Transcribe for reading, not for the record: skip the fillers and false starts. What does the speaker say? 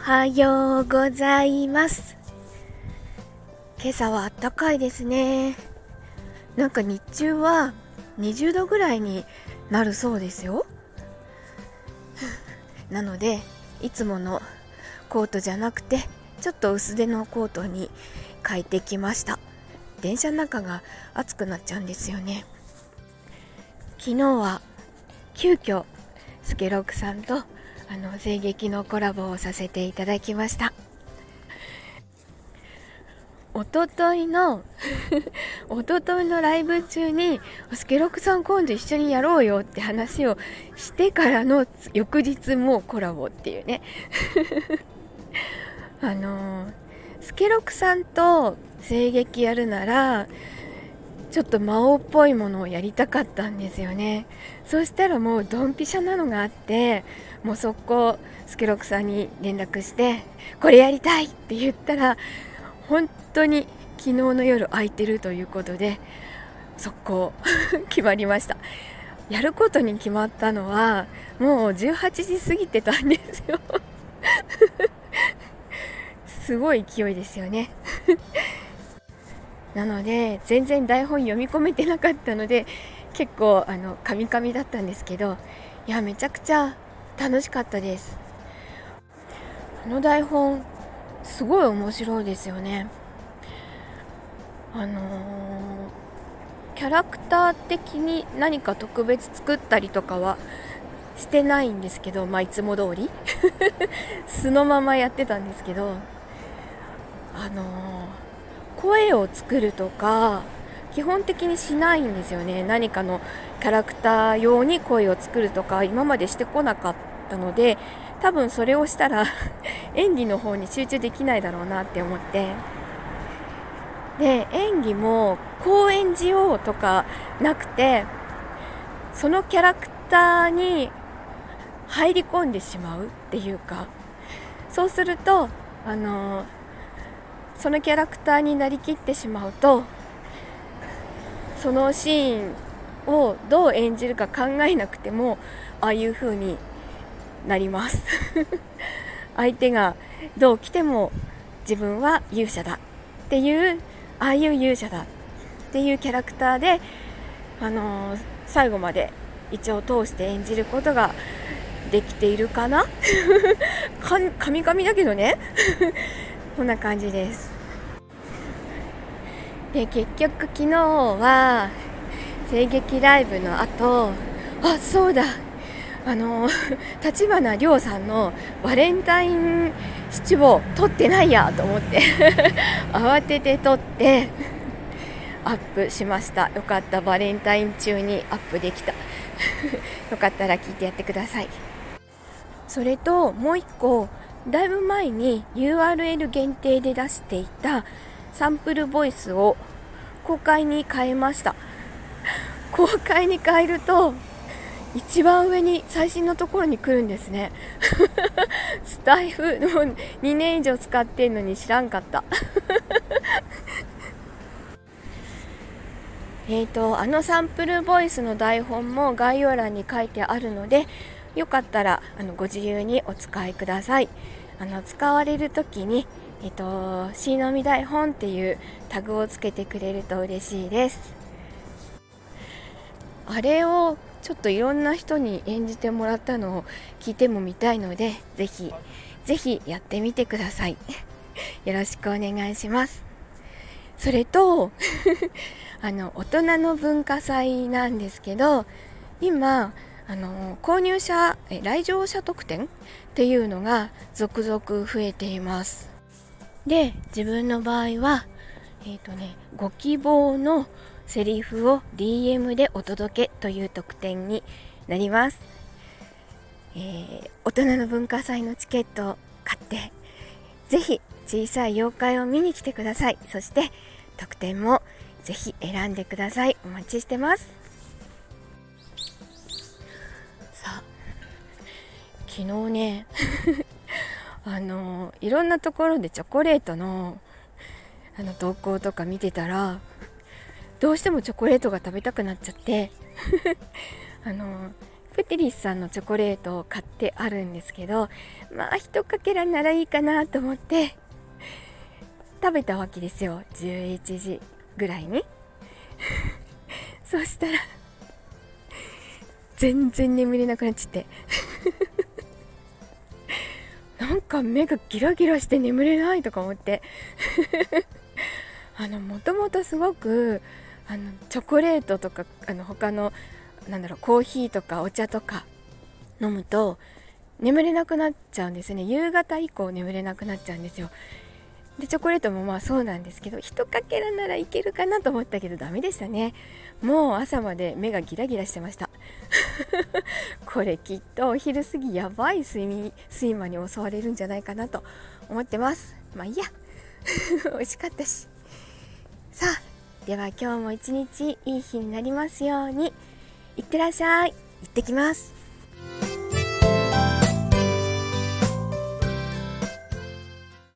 はようございます。今朝は暖かいですね。なんか日中は20度ぐらいになるそうですよ。なのでいつものコートじゃなくてちょっと薄手のコートに変えてきました。電車の中が暑くなっちゃうんですよね。昨日は急遽スケロクさんと声劇のコラボをさせていただきました。おとといのライブ中にスケロクさん今度一緒にやろうよって話をしてからの翌日もコラボっていうねスケロクさんと声劇やるならちょっと魔王っぽいものをやりたかったんですよね。そしたらもうドンピシャなのがあって、もう速攻スケロクさんに連絡してこれやりたいって言ったら本当に昨日の夜空いてるということで速攻決まりました。やることに決まったのはもう18時過ぎてたんですよすごい勢いですよねなので全然台本読み込めてなかったので結構カミカミだったんですけど、いやめちゃくちゃ楽しかったです。台本すごい面白いですよね。キャラクター的に何か特別作ったりとかはしてないんですけど、いつも通り素のままやってたんですけど、声を作るとか基本的にしないんですよね。何かのキャラクター用に声を作るとか今までしてこなかったので、多分それをしたら演技の方に集中できないだろうなって思って、で演技もこう演じようとかなくて、そのキャラクターに入り込んでしまうっていうか、そうするとそのキャラクターになりきってしまうとそのシーンをどう演じるか考えなくてもああいう風になります相手がどう来ても自分は勇者だっていう、ああいう勇者だっていうキャラクターで、最後まで一応通して演じることができているかなカミカミだけどねこんな感じです。で結局昨日は声劇ライブの後、そうだ立花涼さんのバレンタイン七五撮ってないやと思って慌てて撮ってアップしました。よかった、バレンタイン中にアップできたよかったら聞いてやってください。それともう一個、だいぶ前に URL 限定で出していたサンプルボイスを公開に変えました。公開に変えると一番上に最新のところに来るんですねスタイフの2年以上使ってんのに知らんかったサンプルボイスの台本も概要欄に書いてあるので、よかったらご自由にお使いください。使われるときにしのみ台本っていうタグをつけてくれると嬉しいです。あれをちょっといろんな人に演じてもらったのを聞いてもみたいので、ぜひやってみてくださいよろしくお願いします。それと大人の文化祭なんですけど、今購入者来場者特典っていうのが続々増えています。で自分の場合はご希望のセリフを DM でお届けという特典になります。大人の文化祭のチケットを買ってぜひ小さい妖怪を見に来てください。そして特典もぜひ選んでください。お待ちしてます。さあ昨日ねいろんなところでチョコレートの投稿とか見てたらどうしてもチョコレートが食べたくなっちゃってプティリスさんのチョコレートを買ってあるんですけど、まあ一かけらならいいかなと思って食べたわけですよ、11時ぐらいにそしたら全然眠れなくなっちゃってなんか目がギラギラして眠れないとか思ってもともとすごくチョコレートとか他のコーヒーとかお茶とか飲むと眠れなくなっちゃうんですね。夕方以降眠れなくなっちゃうんですよ。でチョコレートもまあそうなんですけど、一かけらならいけるかなと思ったけどダメでしたね。もう朝まで目がギラギラしてましたこれきっとお昼過ぎやばい睡魔に襲われるんじゃないかなと思ってます。まあいいや美味しかったし。さあでは今日も一日いい日になりますように。いってらっしゃい。行ってきます。